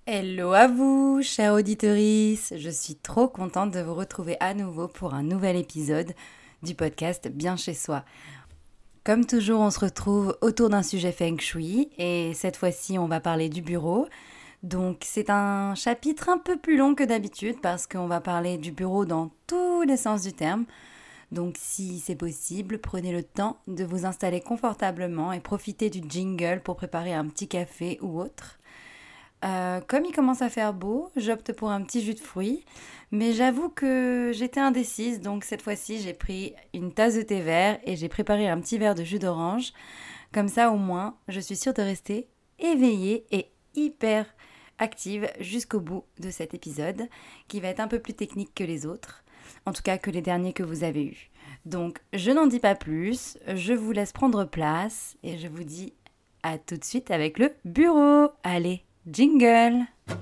Hello à vous, chère auditorice. Je suis trop contente de vous retrouver à nouveau pour un nouvel épisode du podcast Bien chez soi. Comme toujours, on se retrouve autour d'un sujet feng shui et cette fois-ci, on va parler du bureau. Donc, c'est un chapitre un peu plus long que d'habitude parce qu'on va parler du bureau dans tous les sens du terme. Donc, si c'est possible, prenez le temps de vous installer confortablement et profitez du jingle pour préparer un petit café ou autre. Comme il commence à faire beau, j'opte pour un petit jus de fruits, mais j'avoue que j'étais indécise, donc cette fois-ci j'ai pris une tasse de thé vert et j'ai préparé un petit verre de jus d'orange. Comme ça au moins, je suis sûre de rester éveillée et hyper active jusqu'au bout de cet épisode, qui va être un peu plus technique que les autres, en tout cas que les derniers que vous avez eus. Donc je n'en dis pas plus, je vous laisse prendre place et je vous dis à tout de suite avec le bureau. Allez, jingle!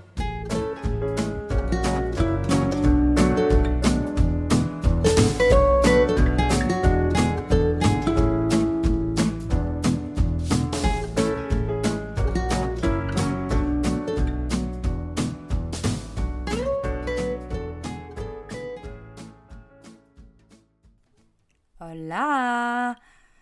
Hola!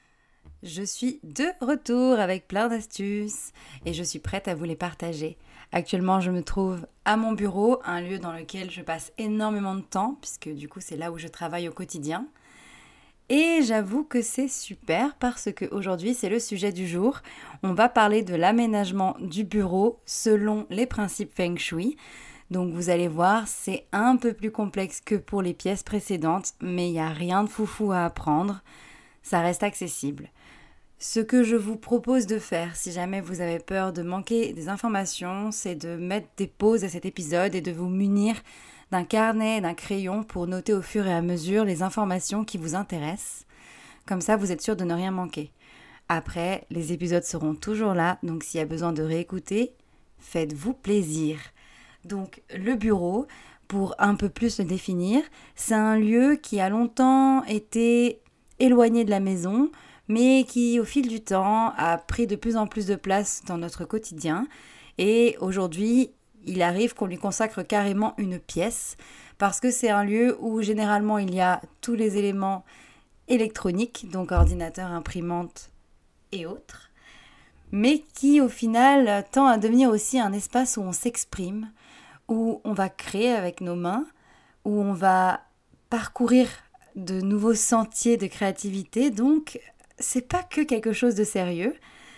Je suis de retour avec plein d'astuces et je suis prête à vous les partager. Actuellement, je me trouve à mon bureau, un lieu dans lequel je passe énormément de temps, puisque du coup, c'est là où je travaille au quotidien. Et j'avoue que c'est super parce qu'aujourd'hui, c'est le sujet du jour. On va parler de l'aménagement du bureau selon les principes Feng Shui. Donc vous allez voir, c'est un peu plus complexe que pour les pièces précédentes, mais il n'y a rien de foufou à apprendre. Ça reste accessible. Ce que je vous propose de faire, si jamais vous avez peur de manquer des informations, c'est de mettre des pauses à cet épisode et de vous munir d'un carnet et d'un crayon pour noter au fur et à mesure les informations qui vous intéressent. Comme ça, vous êtes sûr de ne rien manquer. Après, les épisodes seront toujours là, donc s'il y a besoin de réécouter, faites-vous plaisir. Donc, le bureau, pour un peu plus le définir, c'est un lieu qui a longtemps été éloigné de la maison, mais qui, au fil du temps, a pris de plus en plus de place dans notre quotidien. Et aujourd'hui, il arrive qu'on lui consacre carrément une pièce, parce que c'est un lieu où généralement il y a tous les éléments électroniques, donc ordinateur, imprimante et autres, mais qui au final tend à devenir aussi un espace où on s'exprime, où on va créer avec nos mains, où on va parcourir de nouveaux sentiers de créativité. Donc, c'est pas que quelque chose de sérieux.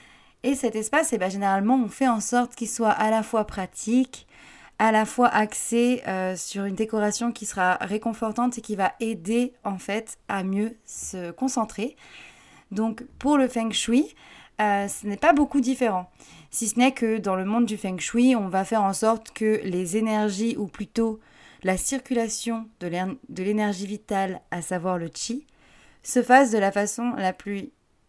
Et cet espace, généralement, on fait en sorte qu'il soit à la fois pratique, à la fois axé sur une décoration qui sera réconfortante et qui va aider en fait à mieux se concentrer. Donc, pour le Feng Shui, ce n'est pas beaucoup différent. Si ce n'est que dans le monde du Feng Shui, on va faire en sorte que les énergies, ou plutôt la circulation de l'énergie vitale, à savoir le Qi, se fasse de la façon la plus,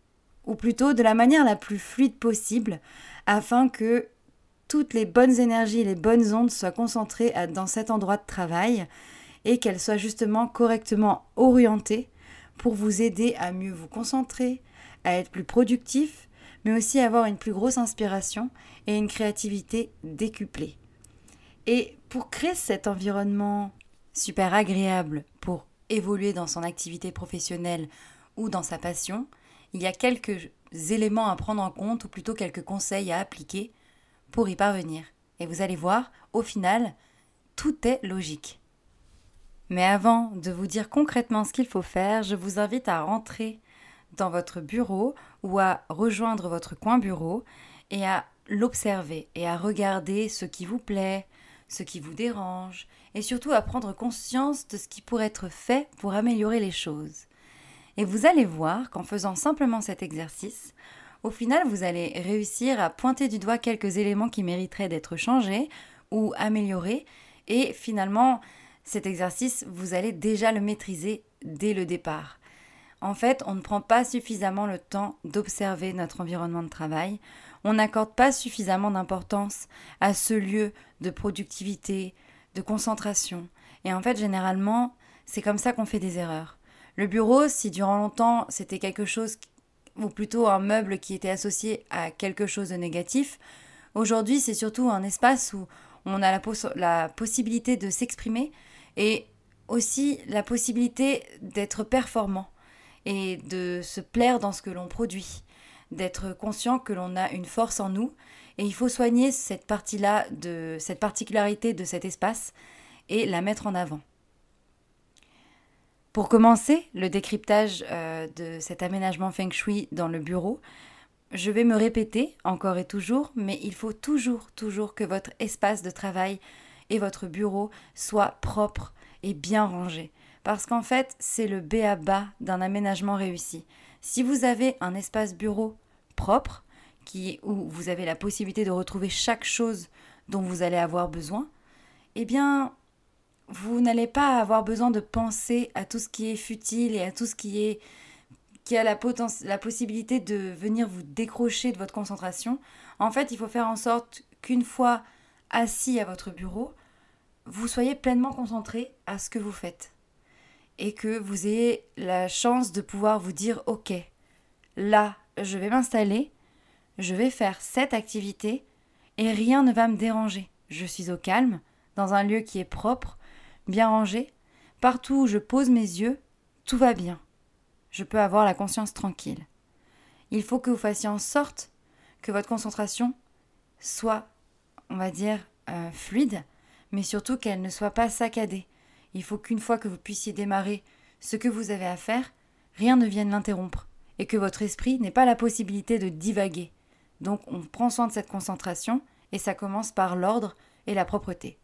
ou plutôt de la manière la plus fluide possible, afin que toutes les bonnes énergies et les bonnes ondes soient concentrées dans cet endroit de travail et qu'elles soient justement correctement orientées pour vous aider à mieux vous concentrer, à être plus productif, mais aussi à avoir une plus grosse inspiration et une créativité décuplée. Et pour créer cet environnement super agréable pour évoluer dans son activité professionnelle ou dans sa passion, il y a quelques éléments à prendre en compte ou plutôt quelques conseils à appliquer pour y parvenir. Et vous allez voir, au final, tout est logique. Mais avant de vous dire concrètement ce qu'il faut faire, je vous invite à rentrer dans votre bureau ou à rejoindre votre coin bureau et à l'observer et à regarder ce qui vous plaît, ce qui vous dérange et surtout à prendre conscience de ce qui pourrait être fait pour améliorer les choses. Et vous allez voir qu'en faisant simplement cet exercice, au final vous allez réussir à pointer du doigt quelques éléments qui mériteraient d'être changés ou améliorés et finalement cet exercice vous allez déjà le maîtriser dès le départ. En fait, on ne prend pas suffisamment le temps d'observer notre environnement de travail. On n'accorde pas suffisamment d'importance à ce lieu de productivité, de concentration. Et en fait, généralement, c'est comme ça qu'on fait des erreurs. Le bureau, si durant longtemps, c'était quelque chose, ou plutôt un meuble qui était associé à quelque chose de négatif, aujourd'hui, c'est surtout un espace où on a la possibilité de s'exprimer et aussi la possibilité d'être performant et de se plaire dans ce que l'on produit, d'être conscient que l'on a une force en nous et il faut soigner cette partie-là, cette particularité de cet espace et la mettre en avant. Pour commencer le décryptage de cet aménagement Feng Shui dans le bureau, je vais me répéter encore et toujours, mais il faut toujours que votre espace de travail et votre bureau soient propres et bien rangés. Parce qu'en fait, c'est le b.a.-ba d'un aménagement réussi. Si vous avez un espace bureau propre, où vous avez la possibilité de retrouver chaque chose dont vous allez avoir besoin, eh bien, vous n'allez pas avoir besoin de penser à tout ce qui est futile et à tout ce qui a la possibilité de venir vous décrocher de votre concentration. En fait, il faut faire en sorte qu'une fois assis à votre bureau, vous soyez pleinement concentré à ce que vous faites. Et que vous ayez la chance de pouvoir vous dire « Ok, là, je vais m'installer, je vais faire cette activité et rien ne va me déranger. Je suis au calme, dans un lieu qui est propre, bien rangé. Partout où je pose mes yeux, tout va bien. Je peux avoir la conscience tranquille. Il faut que vous fassiez en sorte que votre concentration soit, on va dire, fluide, mais surtout qu'elle ne soit pas saccadée. Il faut qu'une fois que vous puissiez démarrer ce que vous avez à faire, rien ne vienne l'interrompre et que votre esprit n'ait pas la possibilité de divaguer. Donc on prend soin de cette concentration et ça commence par l'ordre et la propreté.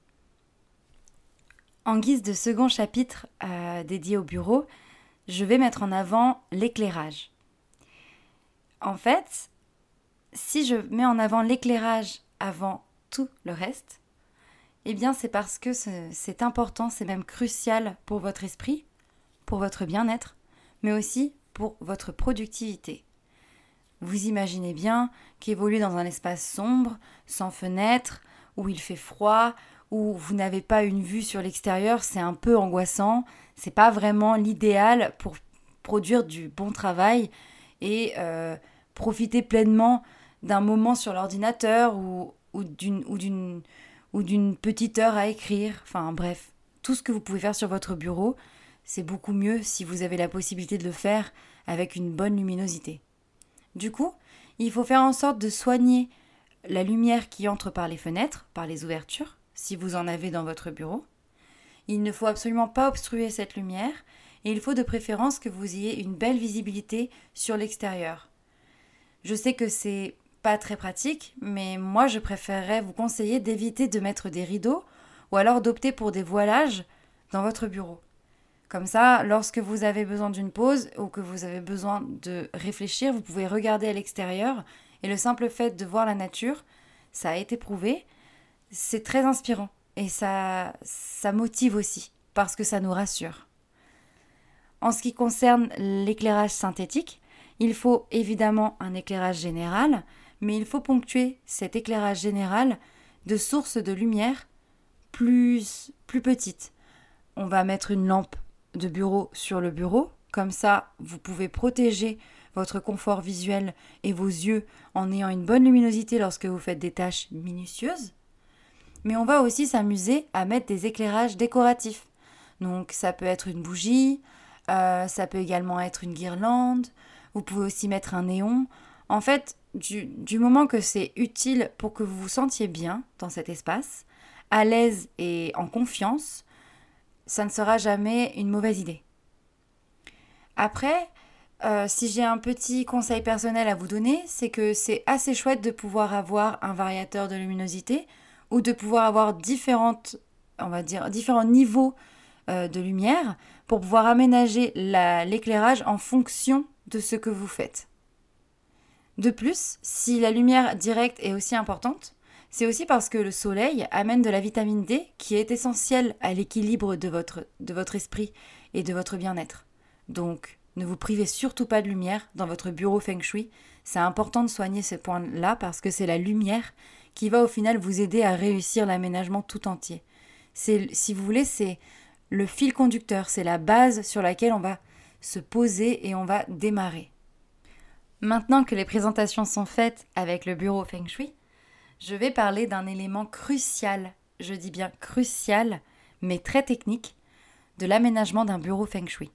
En guise de second chapitre dédié au bureau, je vais mettre en avant l'éclairage. En fait, si je mets en avant l'éclairage avant tout le reste, eh bien c'est parce que c'est important, c'est même crucial pour votre esprit, pour votre bien-être, mais aussi pour votre productivité. Vous imaginez bien qu'évoluer dans un espace sombre, sans fenêtre, où il fait froid, où vous n'avez pas une vue sur l'extérieur, c'est un peu angoissant, c'est pas vraiment l'idéal pour produire du bon travail et profiter pleinement d'un moment sur l'ordinateur ou d'une petite heure à écrire. Enfin bref, tout ce que vous pouvez faire sur votre bureau, c'est beaucoup mieux si vous avez la possibilité de le faire avec une bonne luminosité. Du coup, il faut faire en sorte de soigner la lumière qui entre par les fenêtres, par les ouvertures, si vous en avez dans votre bureau. Il ne faut absolument pas obstruer cette lumière et il faut de préférence que vous ayez une belle visibilité sur l'extérieur. Je sais que c'est pas très pratique, mais moi je préférerais vous conseiller d'éviter de mettre des rideaux ou alors d'opter pour des voilages dans votre bureau. Comme ça, lorsque vous avez besoin d'une pause ou que vous avez besoin de réfléchir, vous pouvez regarder à l'extérieur et le simple fait de voir la nature, ça a été prouvé, c'est très inspirant et ça motive aussi parce que ça nous rassure. En ce qui concerne l'éclairage synthétique, il faut évidemment un éclairage général, mais il faut ponctuer cet éclairage général de sources de lumière plus petites. On va mettre une lampe de bureau sur le bureau, comme ça vous pouvez protéger votre confort visuel et vos yeux en ayant une bonne luminosité lorsque vous faites des tâches minutieuses. Mais on va aussi s'amuser à mettre des éclairages décoratifs. Donc ça peut être une bougie, ça peut également être une guirlande, vous pouvez aussi mettre un néon. En fait, du moment que c'est utile pour que vous vous sentiez bien dans cet espace, à l'aise et en confiance, ça ne sera jamais une mauvaise idée. Après, si j'ai un petit conseil personnel à vous donner, c'est que c'est assez chouette de pouvoir avoir un variateur de luminosité ou de pouvoir avoir différents niveaux de lumière pour pouvoir aménager l'éclairage en fonction de ce que vous faites. De plus, si la lumière directe est aussi importante, c'est aussi parce que le soleil amène de la vitamine D qui est essentielle à l'équilibre de votre esprit et de votre bien-être. Donc, ne vous privez surtout pas de lumière dans votre bureau Feng Shui. C'est important de soigner ce point-là parce que c'est la lumière qui va au final vous aider à réussir l'aménagement tout entier. Si vous voulez, c'est le fil conducteur, c'est la base sur laquelle on va se poser et on va démarrer. Maintenant que les présentations sont faites avec le bureau Feng Shui, je vais parler d'un élément crucial, je dis bien crucial, mais très technique, de l'aménagement d'un bureau Feng Shui.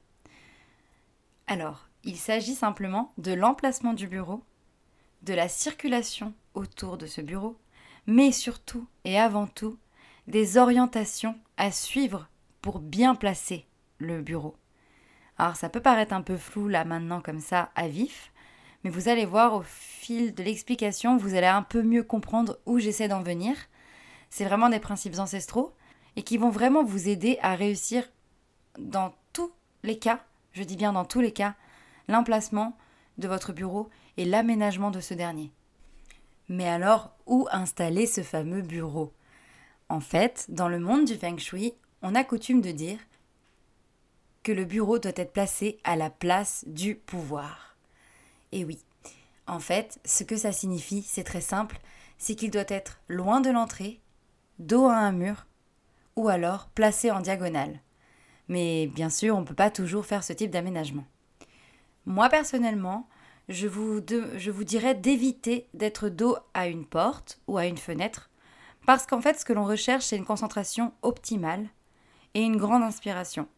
Alors, il s'agit simplement de l'emplacement du bureau, de la circulation autour de ce bureau, mais surtout et avant tout, des orientations à suivre pour bien placer le bureau. Alors ça peut paraître un peu flou là maintenant comme ça à vif, mais vous allez voir au fil de l'explication, vous allez un peu mieux comprendre où j'essaie d'en venir. C'est vraiment des principes ancestraux et qui vont vraiment vous aider à réussir dans tous les cas, je dis bien dans tous les cas, l'emplacement de votre bureau et l'aménagement de ce dernier. Mais alors, où installer ce fameux bureau ? En fait, dans le monde du Feng Shui, on a coutume de dire que le bureau doit être placé à la place du pouvoir. Et oui, en fait, ce que ça signifie, c'est très simple, c'est qu'il doit être loin de l'entrée, dos à un mur, ou alors placé en diagonale. Mais bien sûr, on ne peut pas toujours faire ce type d'aménagement. Moi, personnellement, je vous dirais d'éviter d'être dos à une porte ou à une fenêtre, parce qu'en fait, ce que l'on recherche, c'est une concentration optimale et une grande inspiration.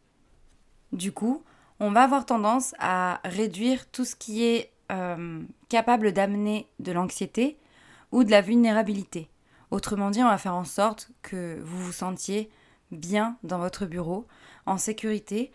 Du coup, on va avoir tendance à réduire tout ce qui est capable d'amener de l'anxiété ou de la vulnérabilité. Autrement dit, on va faire en sorte que vous vous sentiez bien dans votre bureau, en sécurité,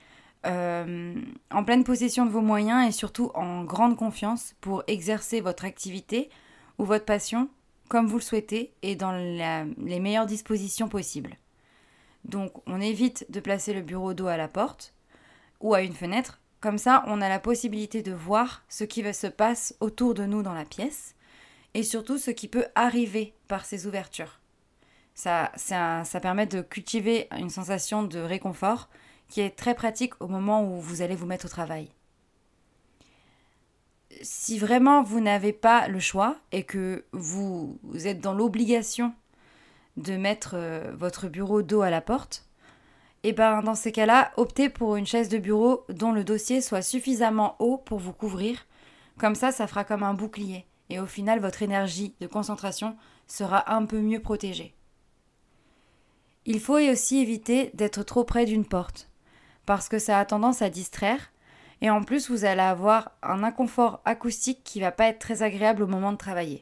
en pleine possession de vos moyens et surtout en grande confiance pour exercer votre activité ou votre passion comme vous le souhaitez et dans les meilleures dispositions possibles. Donc, on évite de placer le bureau dos à la porte ou à une fenêtre. Comme ça, on a la possibilité de voir ce qui se passe autour de nous dans la pièce et surtout ce qui peut arriver par ces ouvertures. Ça permet de cultiver une sensation de réconfort qui est très pratique au moment où vous allez vous mettre au travail. Si vraiment vous n'avez pas le choix et que vous êtes dans l'obligation de mettre votre bureau dos à la porte, et ben dans ces cas-là, optez pour une chaise de bureau dont le dossier soit suffisamment haut pour vous couvrir. Comme ça fera comme un bouclier. Et au final, votre énergie de concentration sera un peu mieux protégée. Il faut aussi éviter d'être trop près d'une porte, parce que ça a tendance à distraire. Et en plus, vous allez avoir un inconfort acoustique qui ne va pas être très agréable au moment de travailler.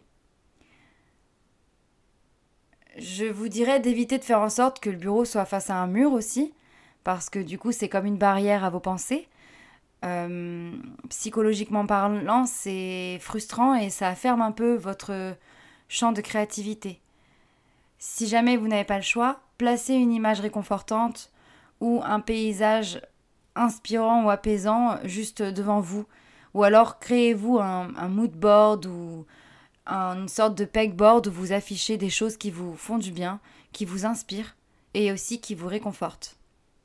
Je vous dirais d'éviter de faire en sorte que le bureau soit face à un mur aussi, parce que du coup c'est comme une barrière à vos pensées. Psychologiquement parlant, c'est frustrant et ça ferme un peu votre champ de créativité. Si jamais vous n'avez pas le choix, placez une image réconfortante ou un paysage inspirant ou apaisant juste devant vous. Ou alors créez-vous un mood board ou une sorte de pegboard où vous affichez des choses qui vous font du bien, qui vous inspirent et aussi qui vous réconfortent.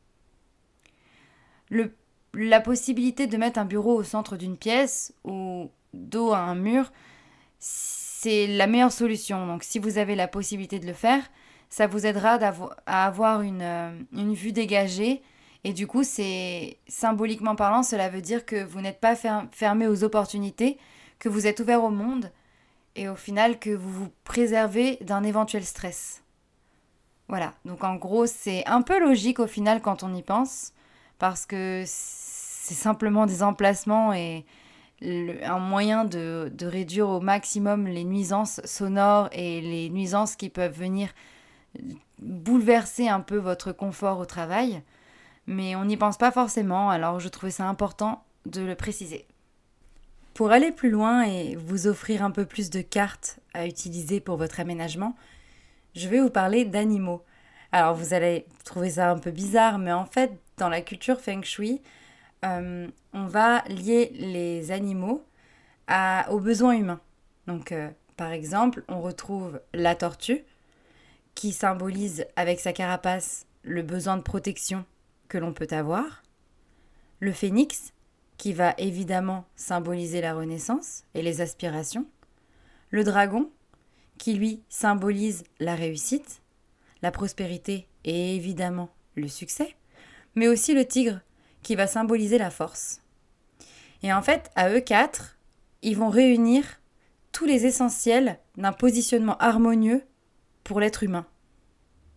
La possibilité de mettre un bureau au centre d'une pièce ou dos à un mur, c'est la meilleure solution. Donc si vous avez la possibilité de le faire, ça vous aidera à avoir une vue dégagée. Et du coup, symboliquement parlant, cela veut dire que vous n'êtes pas fermé aux opportunités, que vous êtes ouvert au monde et au final que vous vous préservez d'un éventuel stress. Voilà, donc en gros, c'est un peu logique au final quand on y pense, parce que c'est simplement des emplacements et un moyen de réduire au maximum les nuisances sonores et les nuisances qui peuvent venir bouleverser un peu votre confort au travail. Mais on n'y pense pas forcément, alors je trouvais ça important de le préciser. Pour aller plus loin et vous offrir un peu plus de cartes à utiliser pour votre aménagement, je vais vous parler d'animaux. Alors vous allez trouver ça un peu bizarre, mais en fait, dans la culture Feng Shui, on va lier les animaux aux besoins humains. Donc, par exemple, on retrouve la tortue, qui symbolise avec sa carapace le besoin de protection que l'on peut avoir. Le phénix, qui va évidemment symboliser la renaissance et les aspirations. Le dragon, qui lui symbolise la réussite, la prospérité et évidemment le succès. Mais aussi le tigre, qui va symboliser la force. Et en fait, à eux quatre, ils vont réunir tous les essentiels d'un positionnement harmonieux pour l'être humain.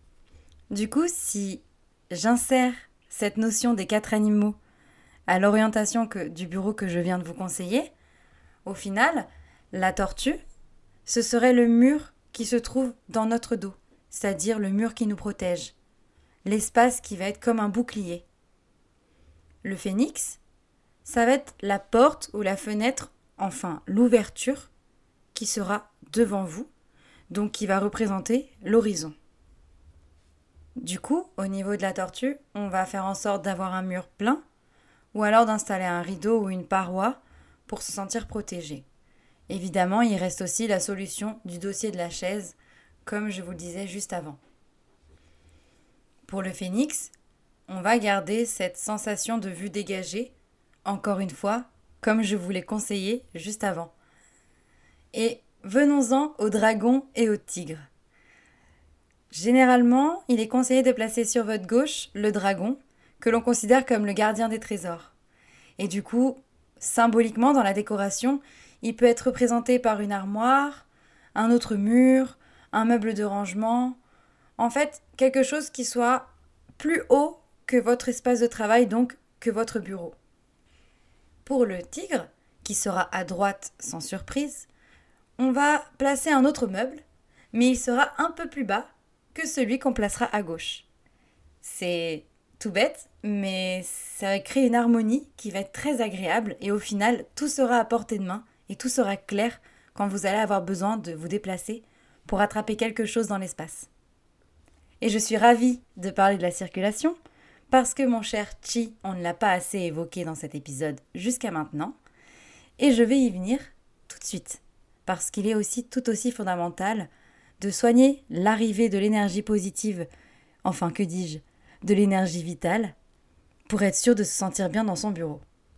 Du coup, si j'insère cette notion des 4 animaux à l'orientation du bureau que je viens de vous conseiller, au final, la tortue, ce serait le mur qui se trouve dans notre dos, c'est-à-dire le mur qui nous protège, l'espace qui va être comme un bouclier. Le phénix, ça va être la porte ou la fenêtre, enfin l'ouverture, qui sera devant vous, donc qui va représenter l'horizon. Du coup, au niveau de la tortue, on va faire en sorte d'avoir un mur plein, ou alors d'installer un rideau ou une paroi pour se sentir protégé. Évidemment, il reste aussi la solution du dossier de la chaise, comme je vous le disais juste avant. Pour le phénix, on va garder cette sensation de vue dégagée, encore une fois, comme je vous l'ai conseillé juste avant. Et venons-en au dragon et au tigre. Généralement, il est conseillé de placer sur votre gauche le dragon, que l'on considère comme le gardien des trésors. Et du coup, symboliquement dans la décoration, il peut être représenté par une armoire, un autre mur, un meuble de rangement. En fait, quelque chose qui soit plus haut que votre espace de travail, donc que votre bureau. Pour le tigre, qui sera à droite sans surprise, on va placer un autre meuble, mais il sera un peu plus bas que celui qu'on placera à gauche. C'est tout bête, mais ça va créer une harmonie qui va être très agréable et au final, tout sera à portée de main et tout sera clair quand vous allez avoir besoin de vous déplacer pour attraper quelque chose dans l'espace. Et je suis ravie de parler de la circulation parce que mon cher Chi, on ne l'a pas assez évoqué dans cet épisode jusqu'à maintenant et je vais y venir tout de suite parce qu'il est aussi tout aussi fondamental de soigner l'arrivée de l'énergie positive, enfin que dis-je, de l'énergie vitale, pour être sûr de se sentir bien dans son bureau.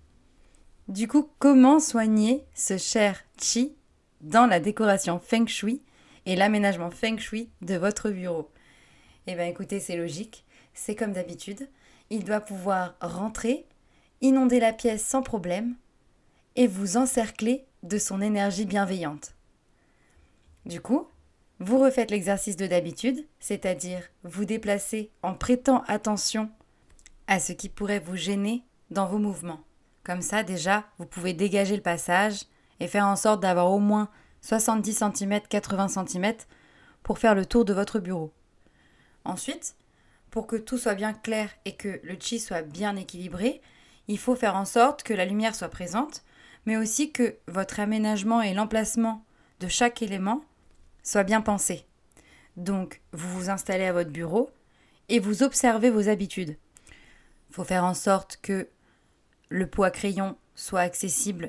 Du coup, comment soigner ce cher Chi dans la décoration Feng Shui et l'aménagement Feng Shui de votre bureau? Eh bien écoutez, c'est logique, c'est comme d'habitude, il doit pouvoir rentrer, inonder la pièce sans problème et vous encercler de son énergie bienveillante. Du coup, vous refaites l'exercice de d'habitude, c'est-à-dire vous déplacez en prêtant attention à ce qui pourrait vous gêner dans vos mouvements. Comme ça, déjà, vous pouvez dégager le passage et faire en sorte d'avoir au moins 70 cm, 80 cm pour faire le tour de votre bureau. Ensuite, pour que tout soit bien clair et que le chi soit bien équilibré, il faut faire en sorte que la lumière soit présente, mais aussi que votre aménagement et l'emplacement de chaque élément soit bien pensé. Donc, vous vous installez à votre bureau et vous observez vos habitudes. Il faut faire en sorte que le pot à crayon soit accessible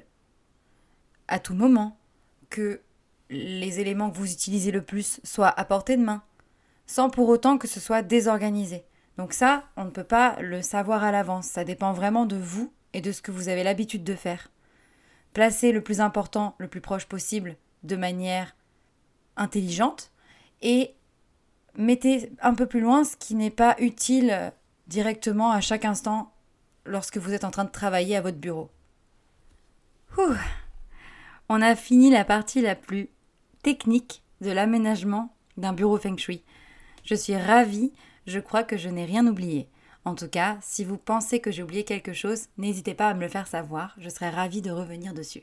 à tout moment, que les éléments que vous utilisez le plus soient à portée de main, sans pour autant que ce soit désorganisé. Donc ça, on ne peut pas le savoir à l'avance, ça dépend vraiment de vous et de ce que vous avez l'habitude de faire. Placez le plus important le plus proche possible de manière intelligente et mettez un peu plus loin ce qui n'est pas utile directement à chaque instant lorsque vous êtes en train de travailler à votre bureau. On a fini la partie la plus technique de l'aménagement d'un bureau Feng Shui. Je suis ravie, je crois que je n'ai rien oublié. En tout cas, si vous pensez que j'ai oublié quelque chose, n'hésitez pas à me le faire savoir, je serai ravie de revenir dessus.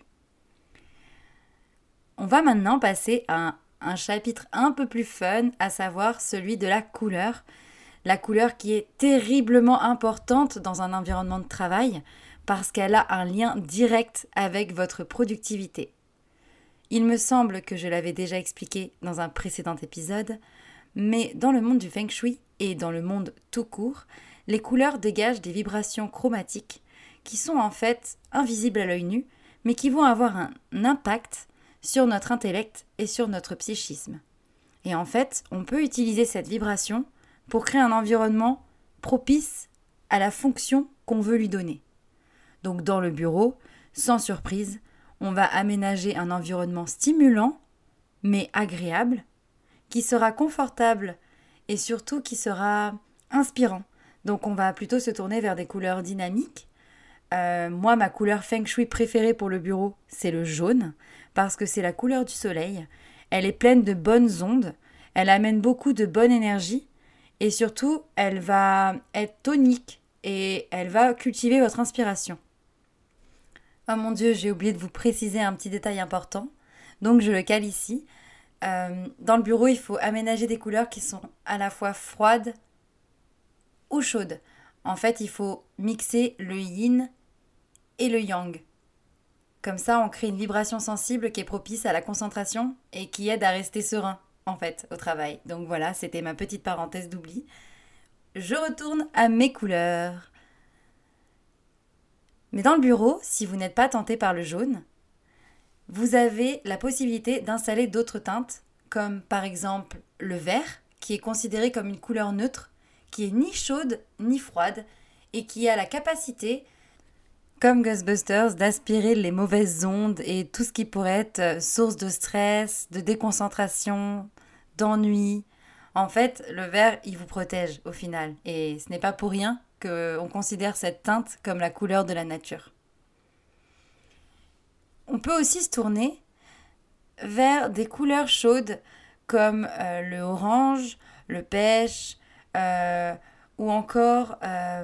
On va maintenant passer à un chapitre un peu plus fun, à savoir celui de la couleur. La couleur qui est terriblement importante dans un environnement de travail parce qu'elle a un lien direct avec votre productivité. Il me semble que je l'avais déjà expliqué dans un précédent épisode, mais dans le monde du Feng Shui et dans le monde tout court, les couleurs dégagent des vibrations chromatiques qui sont en fait invisibles à l'œil nu, mais qui vont avoir un impact sur notre intellect et sur notre psychisme. Et en fait, on peut utiliser cette vibration pour créer un environnement propice à la fonction qu'on veut lui donner. Donc dans le bureau, sans surprise, on va aménager un environnement stimulant, mais agréable, qui sera confortable et surtout qui sera inspirant. Donc on va plutôt se tourner vers des couleurs dynamiques. Moi, ma couleur Feng Shui préférée pour le bureau, c'est le jaune, parce que c'est la couleur du soleil. Elle est pleine de bonnes ondes, elle amène beaucoup de bonne énergie, Et surtout, elle va être tonique et elle va cultiver votre inspiration. Oh mon Dieu, j'ai oublié de vous préciser un petit détail important. Donc je le cale ici. Dans le bureau, il faut aménager des couleurs qui sont à la fois froides ou chaudes. En fait, il faut mixer le yin et le yang. Comme ça, on crée une vibration sensible qui est propice à la concentration et qui aide à rester serein, en fait, au travail. Donc voilà, c'était ma petite parenthèse d'oubli. Je retourne à mes couleurs. Mais dans le bureau, si vous n'êtes pas tenté par le jaune, vous avez la possibilité d'installer d'autres teintes, comme par exemple le vert, qui est considéré comme une couleur neutre, qui est ni chaude ni froide, et qui a la capacité, comme Ghostbusters, d'aspirer les mauvaises ondes et tout ce qui pourrait être source de stress, de déconcentration, d'ennui. En fait, le vert, il vous protège au final. Et ce n'est pas pour rien qu'on considère cette teinte comme la couleur de la nature. On peut aussi se tourner vers des couleurs chaudes comme le orange, le pêche ou encore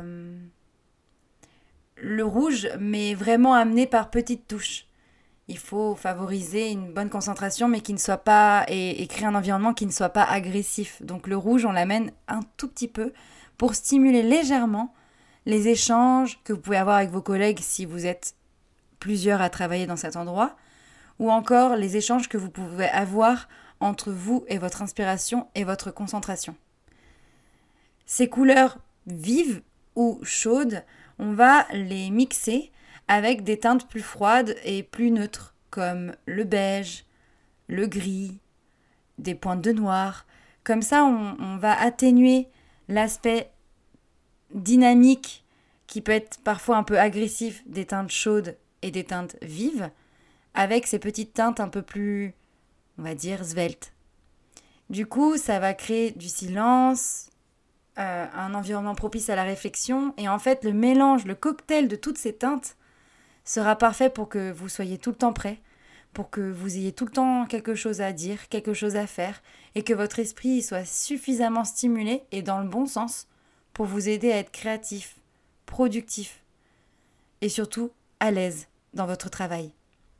le rouge, mais vraiment amené par petites touches. Il faut favoriser une bonne concentration, mais qui ne soit pas et créer un environnement qui ne soit pas agressif. Donc le rouge, on l'amène un tout petit peu pour stimuler légèrement les échanges que vous pouvez avoir avec vos collègues si vous êtes plusieurs à travailler dans cet endroit, ou encore les échanges que vous pouvez avoir entre vous et votre inspiration et votre concentration. Ces couleurs vives ou chaudes, on va les mixer avec des teintes plus froides et plus neutres, comme le beige, le gris, des pointes de noir. Comme ça, on va atténuer l'aspect dynamique qui peut être parfois un peu agressif des teintes chaudes et des teintes vives, avec ces petites teintes un peu plus, on va dire, sveltes. Du coup, ça va créer du silence, un environnement propice à la réflexion, et en fait, le mélange, le cocktail de toutes ces teintes sera parfait pour que vous soyez tout le temps prêt, pour que vous ayez tout le temps quelque chose à dire, quelque chose à faire, et que votre esprit soit suffisamment stimulé et dans le bon sens pour vous aider à être créatif, productif, et surtout à l'aise dans votre travail.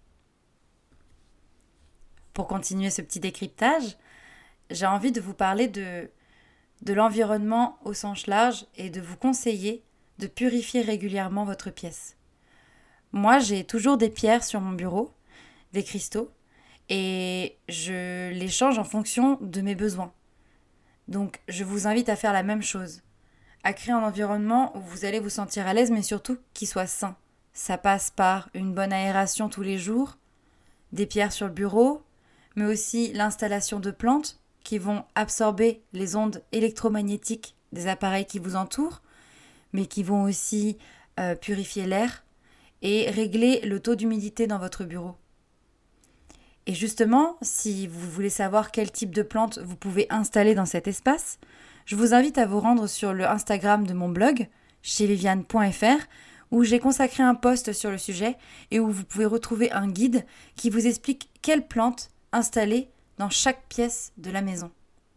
Pour continuer ce petit décryptage, j'ai envie de vous parler de l'environnement au sens large et de vous conseiller de purifier régulièrement votre pièce. Moi, j'ai toujours des pierres sur mon bureau, des cristaux, et je les change en fonction de mes besoins. Donc, je vous invite à faire la même chose, à créer un environnement où vous allez vous sentir à l'aise, mais surtout qui soit sain. Ça passe par une bonne aération tous les jours, des pierres sur le bureau, mais aussi l'installation de plantes qui vont absorber les ondes électromagnétiques des appareils qui vous entourent, mais qui vont aussi purifier l'air et régler le taux d'humidité dans votre bureau. Et justement, si vous voulez savoir quel type de plantes vous pouvez installer dans cet espace, je vous invite à vous rendre sur le Instagram de mon blog, chez-viviane.fr, où j'ai consacré un post sur le sujet et où vous pouvez retrouver un guide qui vous explique quelles plantes installer dans chaque pièce de la maison.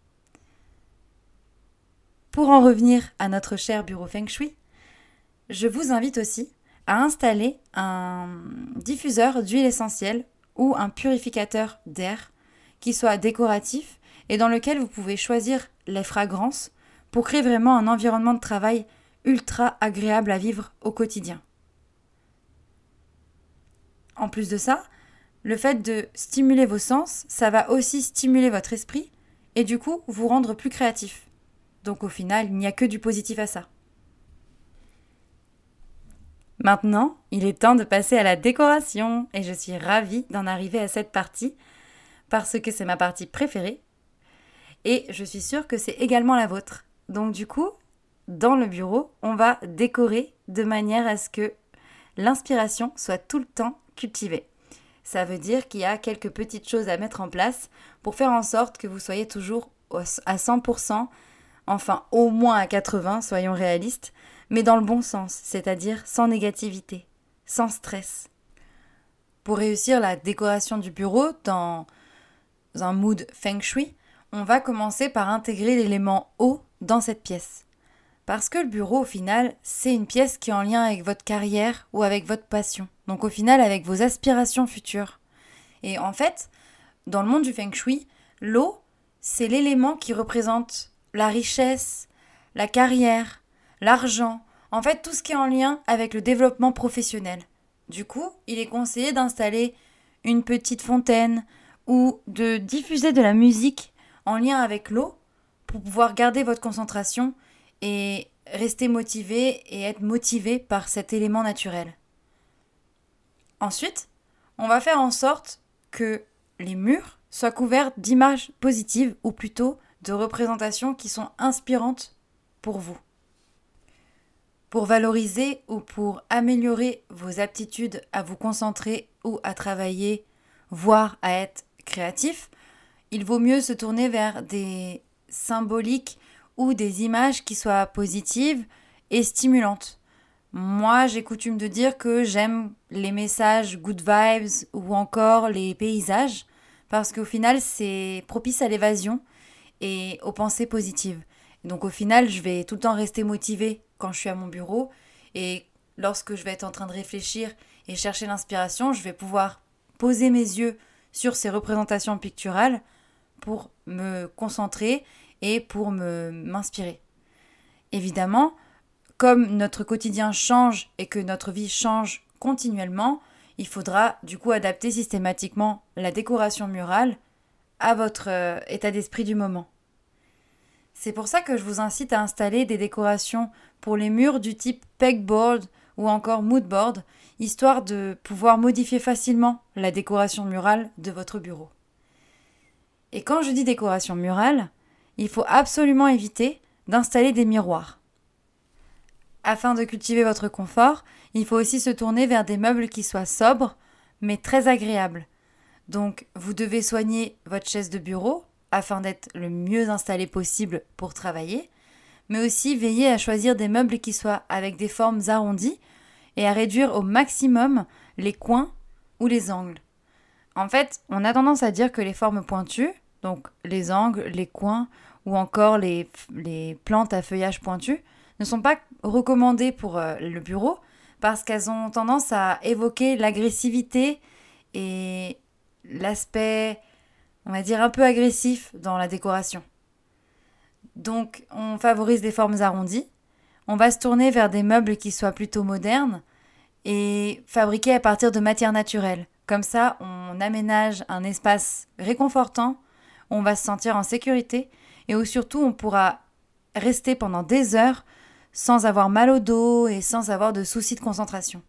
Pour en revenir à notre cher bureau Feng Shui, je vous invite aussi à installer un diffuseur d'huile essentielle ou un purificateur d'air qui soit décoratif et dans lequel vous pouvez choisir les fragrances pour créer vraiment un environnement de travail ultra agréable à vivre au quotidien. En plus de ça, le fait de stimuler vos sens, ça va aussi stimuler votre esprit et du coup vous rendre plus créatif. Donc au final, il n'y a que du positif à ça. Maintenant, il est temps de passer à la décoration et je suis ravie d'en arriver à cette partie parce que c'est ma partie préférée et je suis sûre que c'est également la vôtre. Donc du coup, dans le bureau, on va décorer de manière à ce que l'inspiration soit tout le temps cultivée. Ça veut dire qu'il y a quelques petites choses à mettre en place pour faire en sorte que vous soyez toujours à 100%, enfin au moins à 80%, soyons réalistes, mais dans le bon sens, c'est-à-dire sans négativité, sans stress. Pour réussir la décoration du bureau dans un mood feng shui, on va commencer par intégrer l'élément eau dans cette pièce. Parce que le bureau, au final, c'est une pièce qui est en lien avec votre carrière ou avec votre passion. Donc au final, avec vos aspirations futures. Et en fait, dans le monde du Feng Shui, l'eau, c'est l'élément qui représente la richesse, la carrière, l'argent, en fait tout ce qui est en lien avec le développement professionnel. Du coup, il est conseillé d'installer une petite fontaine ou de diffuser de la musique en lien avec l'eau pour pouvoir garder votre concentration et rester motivé et être motivé par cet élément naturel. Ensuite, on va faire en sorte que les murs soient couverts d'images positives ou plutôt de représentations qui sont inspirantes pour vous. Pour valoriser ou pour améliorer vos aptitudes à vous concentrer ou à travailler, voire à être créatif, il vaut mieux se tourner vers des symboliques ou des images qui soient positives et stimulantes. Moi, j'ai coutume de dire que j'aime les messages good vibes ou encore les paysages parce qu'au final, c'est propice à l'évasion et aux pensées positives. Donc au final, je vais tout le temps rester motivée quand je suis à mon bureau et lorsque je vais être en train de réfléchir et chercher l'inspiration, je vais pouvoir poser mes yeux sur ces représentations picturales pour me concentrer et pour m'inspirer. Évidemment, comme notre quotidien change et que notre vie change continuellement, il faudra du coup adapter systématiquement la décoration murale à votre état d'esprit du moment. C'est pour ça que je vous incite à installer des décorations pour les murs du type pegboard ou encore moodboard, histoire de pouvoir modifier facilement la décoration murale de votre bureau. Et quand je dis décoration murale, il faut absolument éviter d'installer des miroirs. Afin de cultiver votre confort, il faut aussi se tourner vers des meubles qui soient sobres, mais très agréables. Donc, vous devez soigner votre chaise de bureau afin d'être le mieux installé possible pour travailler, mais aussi veiller à choisir des meubles qui soient avec des formes arrondies et à réduire au maximum les coins ou les angles. En fait, on a tendance à dire que les formes pointues, donc les angles, les coins ou encore les plantes à feuillage pointu, ne sont pas recommandées pour le bureau parce qu'elles ont tendance à évoquer l'agressivité et l'aspect, on va dire, un peu agressif dans la décoration. Donc, on favorise des formes arrondies. On va se tourner vers des meubles qui soient plutôt modernes et fabriqués à partir de matières naturelles. Comme ça, on aménage un espace réconfortant, on va se sentir en sécurité et où surtout on pourra rester pendant des heures sans avoir mal au dos et sans avoir de soucis de concentration.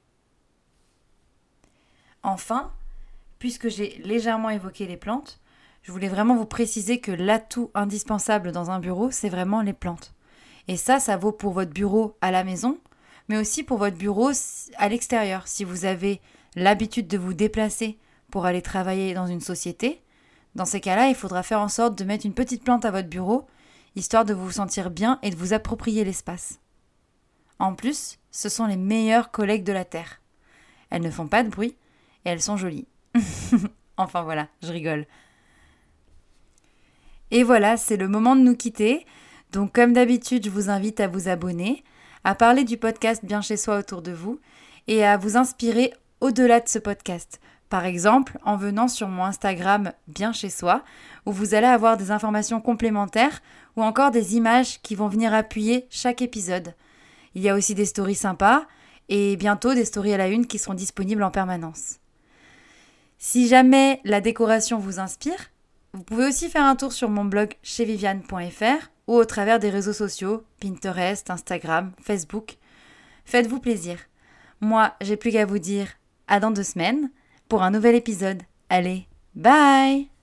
Enfin, puisque j'ai légèrement évoqué les plantes, je voulais vraiment vous préciser que l'atout indispensable dans un bureau, c'est vraiment les plantes. Et ça vaut pour votre bureau à la maison, mais aussi pour votre bureau à l'extérieur. Si vous avez l'habitude de vous déplacer pour aller travailler dans une société, dans ces cas-là, il faudra faire en sorte de mettre une petite plante à votre bureau, histoire de vous sentir bien et de vous approprier l'espace. En plus, ce sont les meilleures collègues de la Terre. Elles ne font pas de bruit et elles sont jolies. Enfin voilà, je rigole. Et voilà, c'est le moment de nous quitter. Donc comme d'habitude, je vous invite à vous abonner, à parler du podcast Bien chez soi autour de vous et à vous inspirer au-delà de ce podcast. Par exemple, en venant sur mon Instagram Bien chez soi, où vous allez avoir des informations complémentaires ou encore des images qui vont venir appuyer chaque épisode. Il y a aussi des stories sympas et bientôt des stories à la une qui seront disponibles en permanence. Si jamais la décoration vous inspire, vous pouvez aussi faire un tour sur mon blog cheviviane.fr ou au travers des réseaux sociaux, Pinterest, Instagram, Facebook. Faites-vous plaisir. Moi, j'ai plus qu'à vous dire à dans 2 semaines pour un nouvel épisode. Allez, bye!